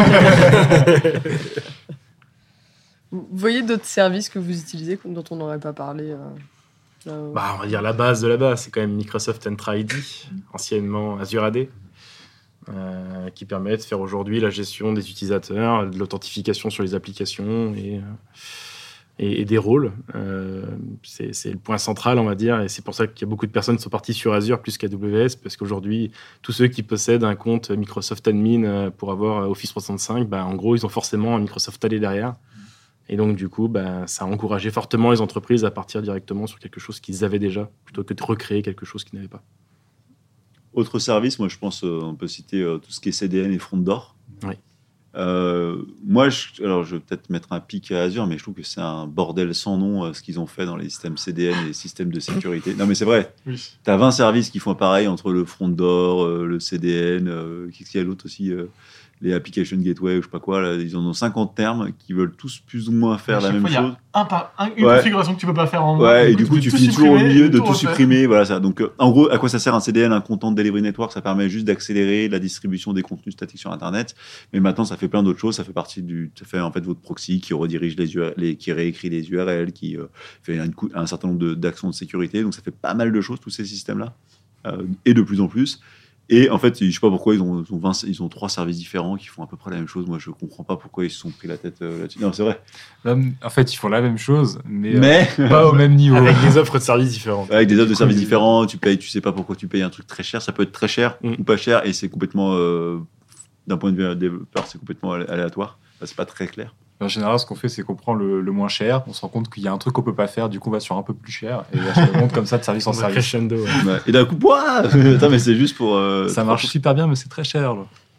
Vous voyez d'autres services que vous utilisez dont on n'aurait pas parlé On va dire la base de la base, c'est quand même Microsoft Entra ID, anciennement Azure AD, qui permet de faire aujourd'hui la gestion des utilisateurs, de l'authentification sur les applications et des rôles. C'est le point central, on va dire, et c'est pour ça qu'il y a beaucoup de personnes qui sont parties sur Azure plus qu'AWS, parce qu'aujourd'hui, tous ceux qui possèdent un compte Microsoft Admin pour avoir Office 365, en gros, ils ont forcément un Microsoft AD derrière. Et donc, du coup, ça a encouragé fortement les entreprises à partir directement sur quelque chose qu'ils avaient déjà, plutôt que de recréer quelque chose qu'ils n'avaient pas. Autre service, moi je pense, on peut citer tout ce qui est CDN et front d'or. Oui. Moi, je vais peut-être mettre un pic à Azure, mais je trouve que c'est un bordel sans nom ce qu'ils ont fait dans les systèmes CDN et les systèmes de sécurité. Non, mais c'est vrai. Oui. Tu as 20 services qui font pareil entre le front d'or, le CDN, qu'est-ce qu'il y a l'autre aussi les application gateway ou je sais pas quoi, là, ils en ont 50 termes qui veulent tous plus ou moins faire la même chose. Une configuration que tu peux pas faire en Ouais, et du coup, tu finis toujours au milieu de tout refaire. supprimer. Voilà, ça. Donc, en gros, à quoi ça sert un CDN, un Content Delivery Network? Ça permet juste d'accélérer la distribution des contenus statiques sur Internet. Mais maintenant, ça fait plein d'autres choses. Ça fait partie ça fait en fait votre proxy qui redirige qui réécrit les URL, qui fait un certain nombre d'actions de sécurité. Donc, ça fait pas mal de choses, tous ces systèmes-là. Et de plus en plus. Et en fait, je sais pas pourquoi ils ont 3 services différents qui font à peu près la même chose. Moi, je comprends pas pourquoi ils se sont pris la tête là-dessus. Non, c'est vrai. En fait, ils font la même chose, mais pas au même niveau. Avec des offres de services différentes. Avec des offres de services différents, tu sais pas pourquoi tu payes un truc très cher. Ça peut être très cher ou pas cher, et c'est complètement, d'un point de vue développeur, c'est complètement aléatoire. Enfin, c'est pas très clair. En général, ce qu'on fait, c'est qu'on prend le moins cher, on se rend compte qu'il y a un truc qu'on peut pas faire, du coup, on va sur un peu plus cher, et on monte comme ça de service en service. Crescendo. Ouais. Ouais. Et d'un coup, attends, mais c'est juste pour. Ça marche super bien, mais c'est très cher. Là.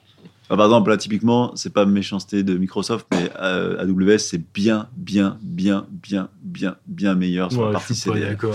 Par exemple, là, typiquement, c'est pas méchanceté de Microsoft, mais AWS, c'est bien meilleur sur la partie je suis pas CDN. d'accord.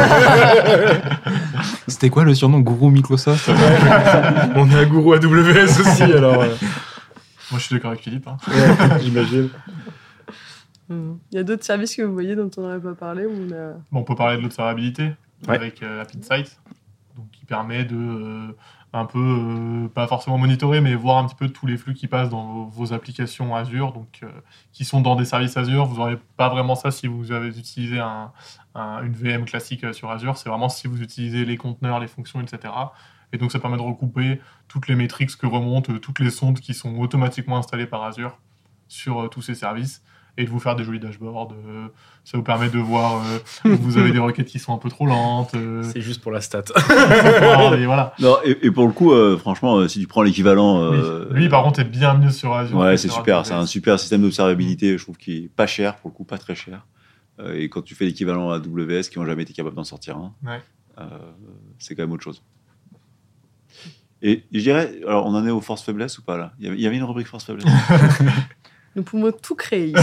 C'était quoi le surnom gourou Microsoft? On est un gourou AWS aussi, alors. Moi, je suis d'accord avec Philippe. Hein. J'imagine. Il y a d'autres services que vous voyez dont on n'aurait pas parlé où on a... Bon, on peut parler de l'observabilité Ouais. avec App Insight, donc qui permet de un peu, pas forcément monitorer, mais voir un petit peu tous les flux qui passent dans vos applications Azure, donc qui sont dans des services Azure. Vous n'aurez pas vraiment ça si vous avez utilisé une VM classique sur Azure. C'est vraiment si vous utilisez les conteneurs, les fonctions, etc. Et donc ça permet de recouper toutes les métriques que remontent, toutes les sondes qui sont automatiquement installées par Azure sur tous ces services, et de vous faire des jolis dashboards. Ça vous permet de voir où vous avez des requêtes qui sont un peu trop lentes. C'est juste pour la stat. Et voilà. Non, et pour le coup, franchement, si tu prends l'équivalent... Oui. Lui, par contre, est bien mieux sur Azure. Ouais, que c'est sur super. AWS. C'est un super système d'observabilité, je trouve, qui est pas cher, pour le coup, pas très cher. Et quand tu fais l'équivalent à AWS, qui n'ont jamais été capables d'en sortir un, Ouais. c'est quand même autre chose. Et je dirais, alors on en est aux forces faiblesses ou pas là? Il y avait une rubrique force faiblesse. Nous pouvons tout créer.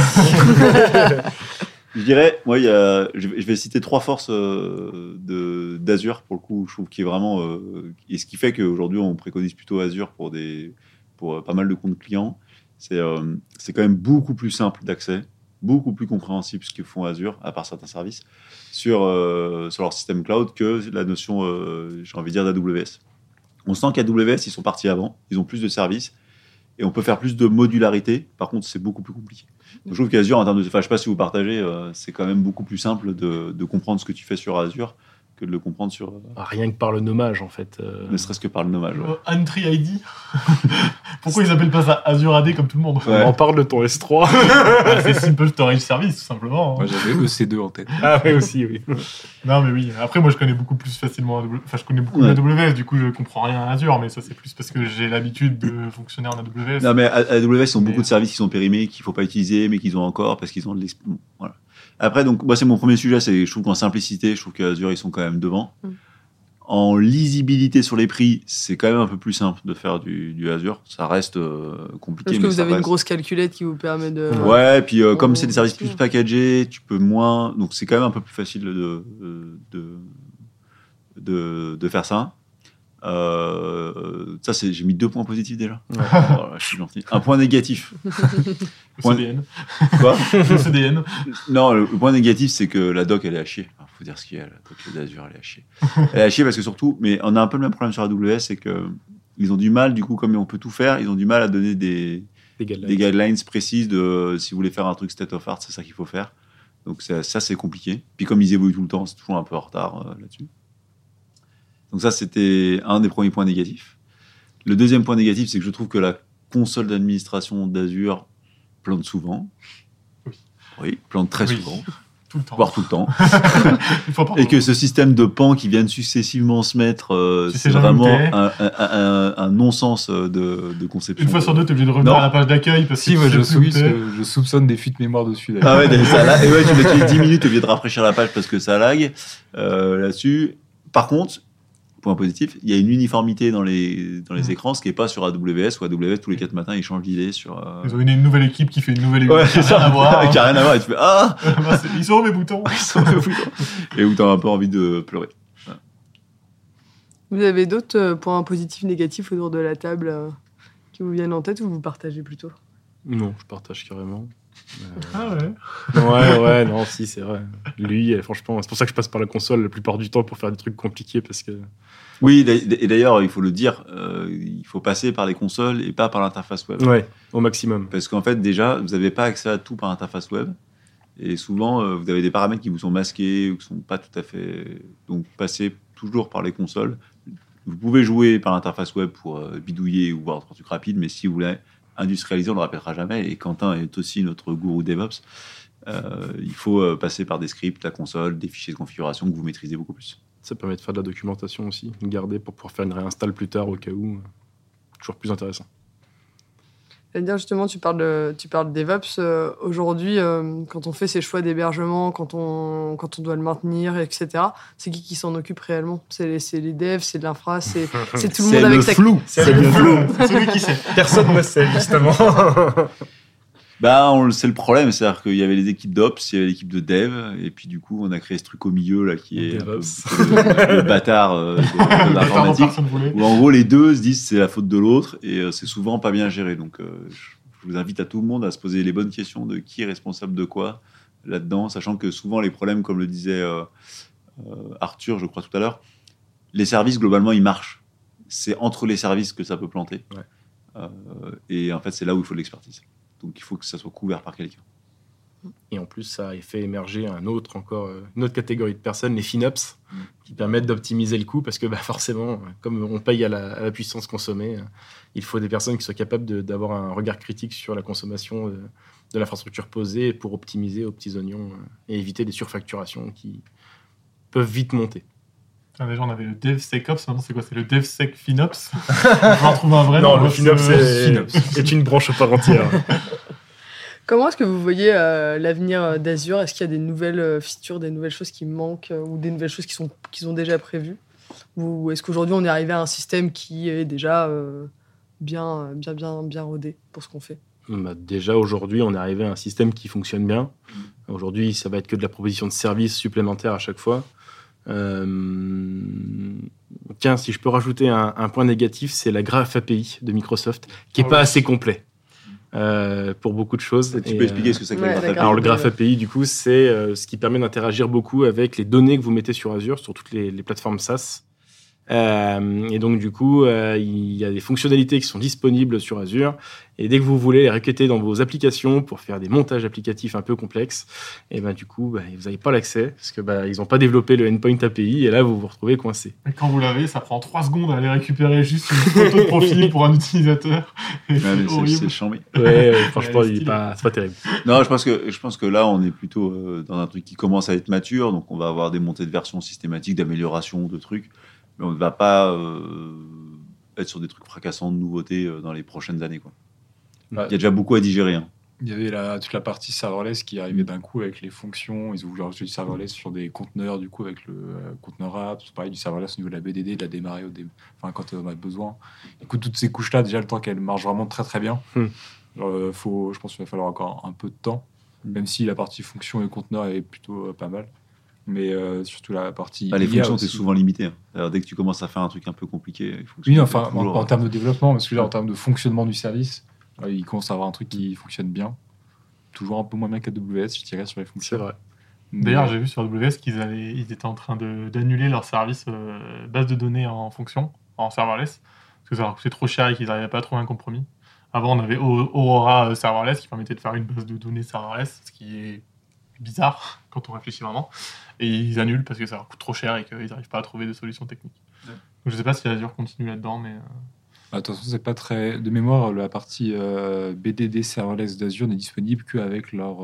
Je dirais, moi, je vais citer 3 forces d'Azure, pour le coup, je trouve, qui est vraiment... et ce qui fait qu'aujourd'hui, on préconise plutôt Azure pour pas mal de comptes clients. C'est quand même beaucoup plus simple d'accès, beaucoup plus compréhensible ce que font Azure, à part certains services, sur leur système cloud que la notion, j'ai envie de dire, d'AWS. On sent qu'AWS, ils sont partis avant, ils ont plus de services, et on peut faire plus de modularité. Par contre, c'est beaucoup plus compliqué. Donc, je trouve qu'Azure, en termes de... Enfin, je ne sais pas si vous partagez, c'est quand même beaucoup plus simple de comprendre ce que tu fais sur Azure que de le comprendre sur... Rien que par le nommage, en fait. Ne serait-ce que par le nommage. Ouais. Entry ID. Pourquoi ils appellent pas ça Azure AD comme tout le monde? Ouais. On parle de ton S3. C'est Simple Storage Service, tout simplement. Moi, j'avais EC2 en tête. Ah oui, aussi, oui. Non, mais oui. Après, moi, je connais beaucoup plus facilement AWS. Enfin, je connais beaucoup Ouais. AWS, du coup, je comprends rien à Azure, mais ça, c'est plus parce que j'ai l'habitude de fonctionner en AWS. Non, mais AWS, ils ont beaucoup Mais- de services qui sont périmés, qu'il ne faut pas utiliser, mais qu'ils ont encore parce qu'ils ont de l'expérience. Voilà. Après, donc, moi, c'est mon premier sujet. Je trouve qu'en simplicité, je trouve qu'Azure, ils sont quand même devant. En lisibilité sur les prix, c'est quand même un peu plus simple de faire du Azure. Ça reste compliqué. Parce que mais vous ça avez une reste... grosse calculette qui vous permet de... Ouais, et puis comme c'est des Oh, services c'est plus bien. packagés, tu peux moins. Donc c'est quand même un peu plus facile de faire ça. Ça, j'ai mis 2 points positifs déjà. Ouais. Voilà, je suis gentil. Un point négatif. Le Point- CDN. Quoi? Le CDN. Non, le point négatif, c'est que la doc, elle est à chier. Il faut dire ce qu'il y a. La doc d'Azure, elle est à chier. Elle est à chier parce que surtout, mais on a un peu le même problème sur AWS, c'est que ils ont du mal, du coup, comme on peut tout faire, ils ont du mal à donner des guidelines précises de si vous voulez faire un truc state of art, c'est ça qu'il faut faire. Donc ça, c'est compliqué. Puis comme ils évoluent tout le temps, c'est toujours un peu en retard là-dessus. Donc ça, c'était un des premiers points négatifs. Le deuxième point négatif, c'est que je trouve que la console d'administration d'Azure plante souvent. Oui, plante très Oui. souvent, Tout le temps. voire tout le temps. Une fois par Et jour. que ce système de pans qui viennent successivement se mettre, Tu c'est sais jamais où vraiment t'es. un non-sens de conception. Une fois sur deux, t'es obligé de revenir Non. à la page d'accueil parce Si, que moi, tu sais plus où t'es. je soupçonne des fuites mémoire dessus. d'ailleurs. Ah ouais, ça lag. Et ouais, tu mets 10 minutes, t'es obligé de rafraîchir la page parce que ça lag là-dessus. Par contre, point positif, il y a une uniformité dans les écrans, ce qui n'est pas sur AWS, où AWS, tous les 4 matins, ils changent d'idée sur... Ils ont une nouvelle équipe qui fait une nouvelle équipe. Ouais, qui c'est a rien ça, à voir. qui a rien à voir, et tu fais « Ah !» Ils sont où mes boutons? Et où t'as un peu envie de pleurer. Vous avez d'autres points positifs, négatifs autour de la table qui vous viennent en tête ou vous partagez plutôt? Non, je partage carrément. Ah ouais. Ouais, non, si, c'est vrai. Lui, franchement, c'est pour ça que je passe par la console la plupart du temps pour faire des trucs compliqués parce que. Oui, et d'ailleurs, il faut le dire, il faut passer par les consoles et pas par l'interface web. Ouais, au maximum. Parce qu'en fait, déjà, vous n'avez pas accès à tout par interface web. Et souvent, vous avez des paramètres qui vous sont masqués ou qui ne sont pas tout à fait... Donc, passez toujours par les consoles. Vous pouvez jouer par l'interface web pour bidouiller ou voir des trucs rapides, mais si vous voulez industrialiser, on ne le répétera jamais. Et Quentin est aussi notre gourou DevOps. Il faut passer par des scripts, la console, des fichiers de configuration que vous maîtrisez beaucoup plus. Ça permet de faire de la documentation aussi, de garder pour pouvoir faire une réinstall plus tard au cas où. Toujours plus intéressant. C'est-à-dire justement, tu parles de DevOps. Aujourd'hui, quand on fait ces choix d'hébergement, quand on doit le maintenir, etc., c'est qui s'en occupe réellement? C'est les devs, c'est de l'infra, c'est tout le monde avec sa... flou. C'est le flou. C'est celui qui sait. Personne ne sait, justement. Bah, c'est le problème, c'est-à-dire qu'il y avait les équipes d'Ops, il y avait l'équipe de Dev, et puis du coup, on a créé ce truc au milieu, là, qui est un peu le bâtard de l'informatique, où en gros, les deux se disent c'est la faute de l'autre, et c'est souvent pas bien géré. Donc, je vous invite à tout le monde à se poser les bonnes questions de qui est responsable de quoi là-dedans, sachant que souvent, les problèmes, comme le disait Arthur, je crois, tout à l'heure, les services, globalement, ils marchent. C'est entre les services que ça peut planter. Ouais. Et en fait, c'est là où il faut de l'expertise. Donc, il faut que ça soit couvert par quelqu'un. Et en plus, ça a fait émerger une autre catégorie de personnes, les FinOps, qui permettent d'optimiser le coût, parce que forcément, comme on paye à la puissance consommée, il faut des personnes qui soient capables d'avoir un regard critique sur la consommation de l'infrastructure posée pour optimiser aux petits oignons et éviter des surfacturations qui peuvent vite monter. Déjà, on avait le DevSecOps, maintenant c'est quoi? C'est le DevSecFinOps. On va en trouver un vrai. Non, le FinOps est une branche à part entière. Comment est-ce que vous voyez l'avenir d'Azure? Est-ce qu'il y a des nouvelles features, des nouvelles choses qui manquent ou des nouvelles choses qu'ils ont déjà prévues? Ou est-ce qu'aujourd'hui on est arrivé à un système qui est déjà bien rodé pour ce qu'on fait? Déjà aujourd'hui, on est arrivé à un système qui fonctionne bien. Aujourd'hui, ça va être que de la proposition de services supplémentaires à chaque fois. Tiens, si je peux rajouter un point négatif, c'est la Graph API de Microsoft, qui n'est pas assez complet pour beaucoup de choses. Tu peux expliquer ce que c'est que la Graph API? Alors, le Graph API, du coup, c'est ce qui permet d'interagir beaucoup avec les données que vous mettez sur Azure, sur toutes les plateformes SaaS. Et donc, du coup, il y a des fonctionnalités qui sont disponibles sur Azure. Et dès que vous voulez les requêter dans vos applications pour faire des montages applicatifs un peu complexes, et du coup, vous n'avez pas l'accès parce que ils n'ont pas développé le endpoint API. Et là, vous vous retrouvez coincé. Et quand vous l'avez, ça prend 3 secondes à aller récupérer juste une photo de profil pour un utilisateur. C'est chambé. Ouais, franchement, c'est pas terrible. Non, je pense que là, on est plutôt dans un truc qui commence à être mature. Donc, on va avoir des montées de versions systématiques, d'amélioration, de trucs. Mais on ne va pas être sur des trucs fracassants de nouveautés dans les prochaines années, quoi. Il y a déjà beaucoup à digérer. Hein. Il y avait toute la partie serverless qui arrivait d'un coup avec les fonctions. Ils ont voulu rajouter du serverless sur des conteneurs, du coup, avec le conteneur app. C'est pareil, du serverless au niveau de la BDD, de la démarrer quand on en a besoin. Du coup, toutes ces couches-là, déjà, le temps qu'elles marchent vraiment très très bien. Je pense qu'il va falloir encore un peu de temps, même si la partie fonction et conteneur est plutôt pas mal. Mais surtout la partie... les fonctions, c'est souvent limité. Hein. Alors, dès que tu commences à faire un truc un peu compliqué... Oui, enfin, en termes de développement, parce que là, en termes de fonctionnement du service, il commence à avoir un truc qui fonctionne bien. Toujours un peu moins bien qu'AWS, je dirais, sur les fonctions. C'est vrai. D'ailleurs, j'ai vu sur AWS qu'ils étaient en train d'annuler leur service base de données en fonction, en serverless, parce que ça leur coûtait trop cher et qu'ils n'arrivaient pas à trouver un compromis. Avant, on avait Aurora serverless qui permettait de faire une base de données serverless, ce qui est bizarre quand on réfléchit vraiment. Et ils annulent parce que ça leur coûte trop cher et qu'ils n'arrivent pas à trouver de solutions techniques. Ouais. Donc, je ne sais pas si Azure continue là-dedans, mais... Attention, c'est pas très... De mémoire, la partie BDD serverless d'Azure n'est disponible qu'avec leur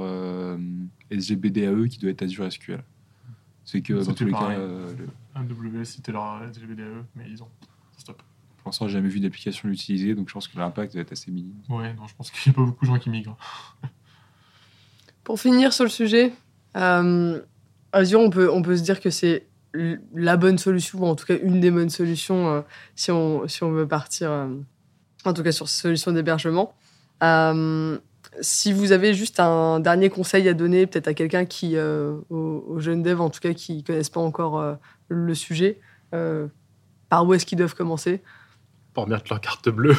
SGBDAE qui doit être Azure SQL. C'est que dans tous les cas... AWS, c'était leur SGBDAE, mais ils ont... Stop. Pour l'instant, j'ai jamais vu d'application l'utiliser, donc je pense que l'impact va être assez minime. Ouais, non, je pense qu'il n'y a pas beaucoup de gens qui migrent. Pour finir sur le sujet, Azure, on peut se dire que c'est la bonne solution, ou en tout cas une des bonnes solutions si on veut partir, en tout cas sur ces solutions d'hébergement. Si vous avez juste un dernier conseil à donner, peut-être à quelqu'un qui, aux jeunes devs en tout cas, qui ne connaissent pas encore le sujet, par où est-ce qu'ils doivent commencer ? Pour mettre leur carte bleue.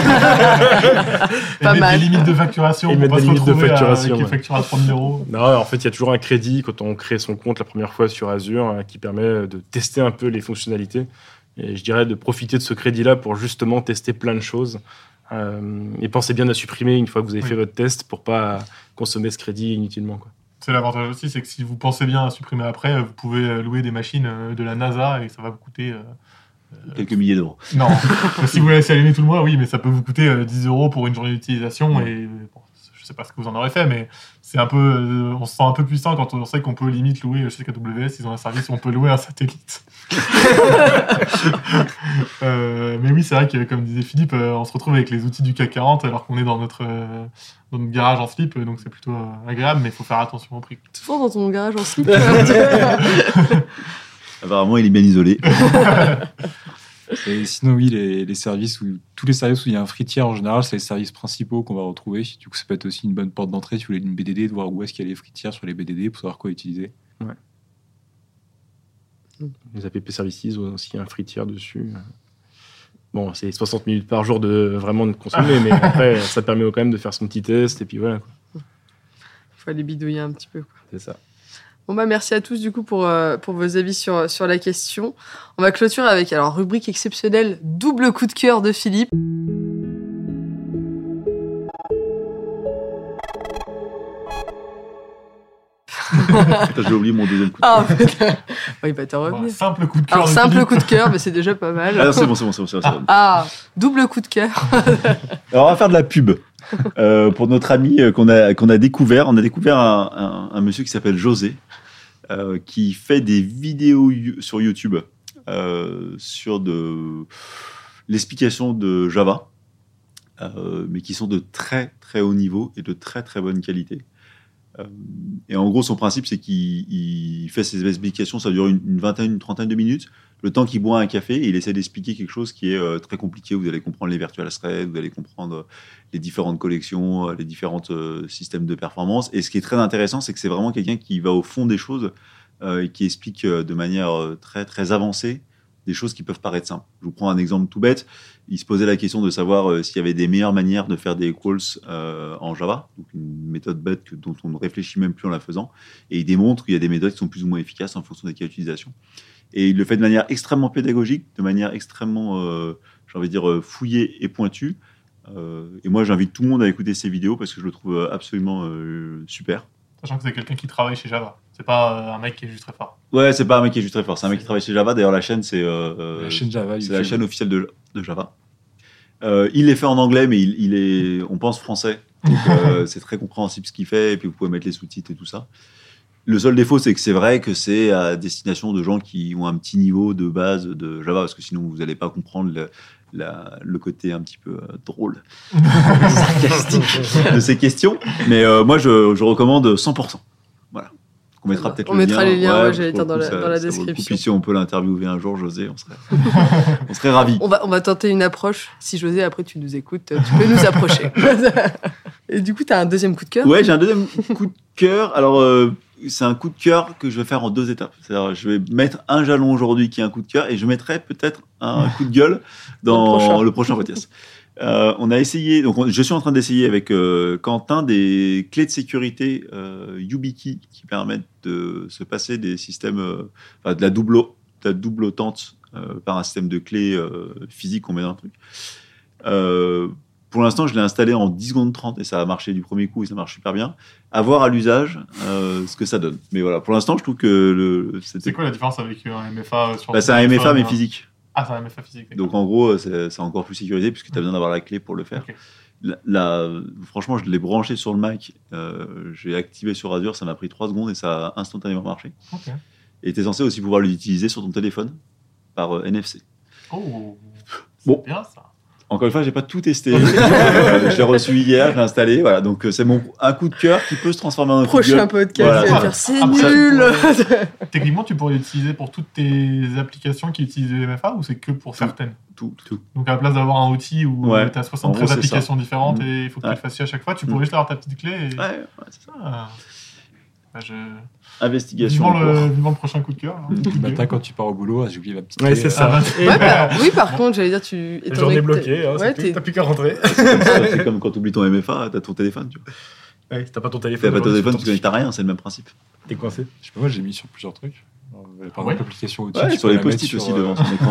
Pas mal. Des limites de facturation. Et mettre des limites de facturation. Avec les factures à 30 000 €. Non, en fait, il y a toujours un crédit quand on crée son compte la première fois sur Azure qui permet de tester un peu les fonctionnalités. Et je dirais de profiter de ce crédit-là pour justement tester plein de choses. Et pensez bien à supprimer une fois que vous avez fait votre test pour pas consommer ce crédit inutilement, quoi. C'est l'avantage aussi, c'est que si vous pensez bien à supprimer après, vous pouvez louer des machines de la NASA et ça va vous coûter... quelques milliers d'euros. Non, si vous laissez allumer tout le mois, oui, mais ça peut vous coûter 10 € pour une journée d'utilisation. Et bon, sais pas ce que vous en aurez fait, mais c'est un peu, on se sent un peu puissant quand on sait qu'on peut limite louer. Je sais qu'AWS, ils ont un service où on peut louer un satellite. Mais oui, c'est vrai que, comme disait Philippe, on se retrouve avec les outils du CAC 40 alors qu'on est dans notre garage en slip, donc c'est plutôt agréable, mais il faut faire attention au prix. Toujours dans ton garage en slip. Apparemment, il est bien isolé. Et sinon, oui, tous les services où il y a un free tier, en général, c'est les services principaux qu'on va retrouver. Du coup, ça peut être aussi une bonne porte d'entrée si vous voulez une BDD, de voir où est-ce qu'il y a les free tiers sur les BDD pour savoir quoi utiliser. Les app services ont aussi un free tier dessus. Bon, c'est 60 minutes par jour de consommer, mais après, ça permet quand même de faire son petit test, et puis voilà. Il faut aller bidouiller un petit peu, quoi. C'est ça. Bon bah merci à tous du coup pour vos avis sur la question. On va clôturer avec rubrique exceptionnelle, double coup de cœur de Philippe. J'ai oublié mon deuxième coup de cœur. Ah putain. Il va te revenir. Simple coup de cœur. Alors simple coup de cœur, mais c'est déjà pas mal. Ah, c'est bon. Double coup de cœur. Alors, on va faire de la pub. Pour notre ami qu'on a découvert. On a découvert un monsieur qui s'appelle José, qui fait des vidéos sur YouTube sur l'explication de Java, mais qui sont de très très haut niveau et de très très bonne qualité. Et en gros, son principe, c'est qu'il fait ses explications, ça dure une vingtaine, une trentaine de minutes. Le temps qu'il boit un café, et il essaie d'expliquer quelque chose qui est très compliqué. Vous allez comprendre les virtual threads, vous allez comprendre les différentes collections, les différents systèmes de performance. Et ce qui est très intéressant, c'est que c'est vraiment quelqu'un qui va au fond des choses et qui explique de manière très, très avancée des choses qui peuvent paraître simples. Je vous prends un exemple tout bête. Il se posait la question de savoir s'il y avait des meilleures manières de faire des equals en Java, donc une méthode bête dont on ne réfléchit même plus en la faisant. Et il démontre qu'il y a des méthodes qui sont plus ou moins efficaces en fonction des cas d'utilisation. Et il le fait de manière extrêmement pédagogique, de manière extrêmement, fouillée et pointue. Et moi, j'invite tout le monde à écouter ces vidéos parce que je le trouve absolument super. Sachant que c'est quelqu'un qui travaille chez Java. C'est pas un mec qui est juste très fort. Ouais, c'est pas un mec qui est juste très fort. C'est un mec qui travaille chez Java. D'ailleurs, la chaîne, c'est la chaîne Java. C'est la chaîne officielle de Java. Il est fait en anglais, mais il est, on pense, français. Donc, c'est très compréhensible ce qu'il fait. Et puis, vous pouvez mettre les sous-titres et tout ça. Le seul défaut, c'est que c'est vrai que c'est à destination de gens qui ont un petit niveau de base de Java, parce que sinon, vous n'allez pas comprendre le côté un petit peu drôle, sarcastique de ces questions. Mais moi, je recommande 100%. Voilà. On mettra peut-être les liens, j'allais dire dans la description. Puis si on peut l'interviewer un jour, José, on serait ravis. On va tenter une approche. Si José, après tu nous écoutes, tu peux nous approcher. Et du coup, tu as un deuxième coup de cœur ? Ouais, j'ai un deuxième coup de cœur. Alors, c'est un coup de cœur que je vais faire en 2 étapes. C'est-à-dire, je vais mettre un jalon aujourd'hui qui est un coup de cœur et je mettrai peut-être un coup de gueule dans le prochain podcast. On a essayé, donc je suis en train d'essayer avec Quentin des clés de sécurité YubiKey qui permettent de se passer des systèmes, de la double tente par un système de clés physique qu'on met dans un truc. Pour l'instant, je l'ai installé en 10 secondes 30 et ça a marché du premier coup et ça marche super bien. À voir à l'usage ce que ça donne. Mais voilà, pour l'instant, je trouve que c'est quoi la différence avec un MFA sur c'est un MFA mais physique. Ah, c'est un MFA physique. D'accord. Donc en gros, c'est encore plus sécurisé puisque tu as besoin d'avoir la clé pour le faire. Okay. Franchement, je l'ai branché sur le Mac, j'ai activé sur Azure, ça m'a pris 3 secondes et ça a instantanément marché. Okay. Et tu es censé aussi pouvoir l'utiliser sur ton téléphone par NFC. Oh, c'est bien ça. Encore une fois, j'ai pas tout testé. Je l'ai reçu hier, je l'ai installé. Voilà, donc c'est un coup de cœur qui peut se transformer en un coup de gueule. Prochain podcast, voilà, c'est nul. Techniquement, tu pourrais l'utiliser pour toutes tes applications qui utilisent le MFA ou c'est que pour certaines ? Tout. Donc à la place d'avoir un outil où tu as 73 applications différentes et il faut que tu le fasses à chaque fois, tu pourrais juste avoir ta petite clé. Et... Ouais, c'est ça. Investigation. Vivement le prochain coup de cœur. Le matin, quand tu pars au boulot, j'ai oublié ma petite clé. Ouais, c'est ça. Oui, par contre, j'allais dire, la journée bloquée, t'as plus qu'à rentrer. C'est comme quand tu oublies ton MFA, t'as ton téléphone. Tu vois. Ouais, si t'as pas ton téléphone. T'as pas ton téléphone, tu connectes à rien, c'est le même principe. T'es coincé. Je sais pas, moi j'ai mis sur plusieurs trucs. Par exemple, l'application au-dessus. Ouais, sur les post-it aussi devant son écran.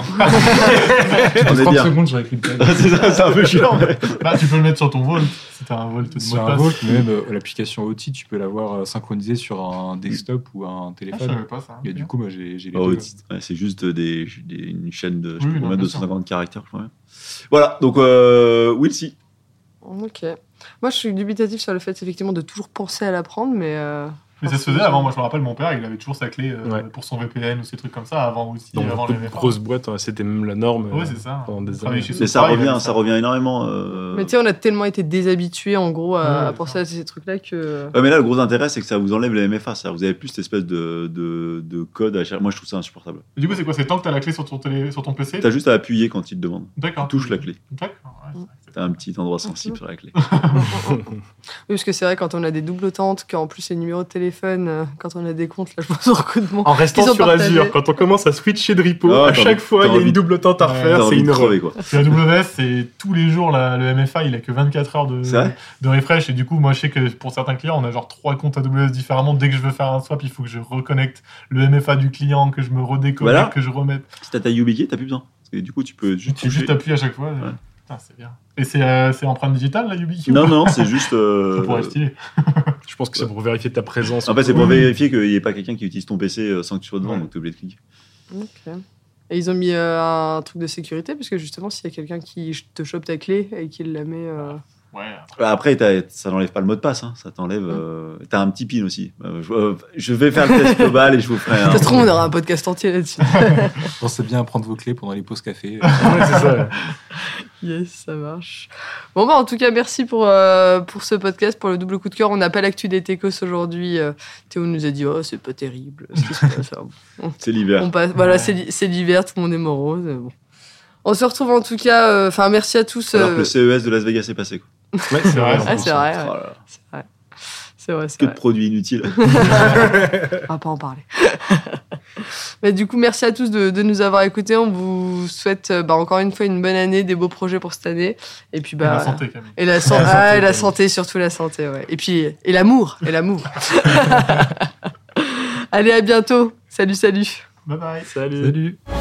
Tu peux 30 secondes, j'aurais écrit le C'est ça, c'est un peu chiant. Tu peux le mettre sur ton Vault. Si t'as un Vault de sur un Vault, mais même l'application OT, tu peux l'avoir synchronisée sur un desktop ou un téléphone. Je savais pas ça. Et du coup, moi j'ai les deux. C'est juste une chaîne de 250 caractères, je crois. Voilà, donc we'll see. Ok. Moi, je suis dubitatif sur le fait, effectivement, de toujours penser à l'apprendre, mais... Mais ça se faisait avant. Moi, je me rappelle, mon père, il avait toujours sa clé Ouais. pour son VPN ou ces trucs comme ça avant aussi. Dans avant beaucoup les de MFA. grosses boîtes, c'était même la norme Ouais, c'est ça. pendant des Travailler années. chez Mais ça Sopra, il avait revient énormément. Mais tu sais, on a tellement été déshabitués, en gros, à Ouais, penser à ces trucs-là que... Ouais, mais là, le gros intérêt, c'est que ça vous enlève les MFA. C'est-à-dire, vous avez plus cette espèce de code à chercher. Moi, je trouve ça insupportable. Du coup, c'est quoi? C'est tant que t'as la clé sur ton PC? T'as juste à appuyer quand il te demande. D'accord. Tu touches la clé. D'accord. Ouais, c'est vrai que c'est- T'as un petit endroit sensible sur la clé. Oui, parce que c'est vrai, quand on a des doubles tentes, qu'en plus les numéros de téléphone, quand on a des comptes, là, je pense au recrutement. En restant Ils ont sur partagé. Azure, quand on commence à switcher de repo, Ah, à t'as chaque envie- fois, t'as il y a envie une de- double tente à Ouais, refaire, T'as c'est envie une de horreur. crever, quoi. Puis AWS, c'est tous les jours, le MFA, il a que 24 heures C'est vrai de refresh. Et du coup, moi, je sais que pour certains clients, on a genre 3 comptes AWS différemment. Dès que je veux faire un swap, il faut que je reconnecte le MFA du client, que je me redéconnecte, Voilà. que je remette. Si t'as ta YubiKey, t'as plus besoin. Parce que du coup, tu peux juste. Tu juste appuies à chaque fois. Putain, c'est bien. Et c'est empreinte digitale, la YubiKey? Non, non, c'est juste. Ça pourrait être stylé. Je pense que c'est pour vérifier ta présence. En fait, c'est pour Oui. vérifier qu'il n'y ait pas quelqu'un qui utilise ton PC sans que tu sois devant, Ouais. donc t'es obligé de cliquer. Ok. Et ils ont mis un truc de sécurité, parce que justement, s'il y a quelqu'un qui te chope ta clé et qui la met... Ouais. Après, ça n'enlève pas le mot de passe, hein. Ça t'enlève. T'as un petit pin aussi. Je vais faire le test global et je vous ferai un. Ça se trouve, on aura un podcast entier là-dessus. Pensez bien à prendre vos clés pendant les pauses café. Ouais, c'est ça. Yes, ça marche. Bon, bah, en tout cas, merci pour ce podcast, pour le double coup de cœur. On n'a pas l'actu des techos aujourd'hui. Théo nous a dit, oh, c'est pas terrible. Ce qui se passe. Alors, C'est l'hiver. on passe, voilà, c'est l'hiver, tout le monde est morose. Bon. On se retrouve en tout cas. Enfin, merci à tous. Alors que le CES de Las Vegas est passé, quoi. Ouais, c'est vrai. Ah, c'est vrai. Oh Ouais. là là. C'est vrai, c'est Que de vrai. produits inutiles. On va pas en parler. Mais du coup, merci à tous de nous avoir écoutés. On vous souhaite encore une fois une bonne année, des beaux projets pour cette année. Et puis, La santé, Camille. Et la, et la santé, surtout la santé, ouais. Et puis, et l'amour. Allez, à bientôt. Salut. Bye bye. Salut. Salut.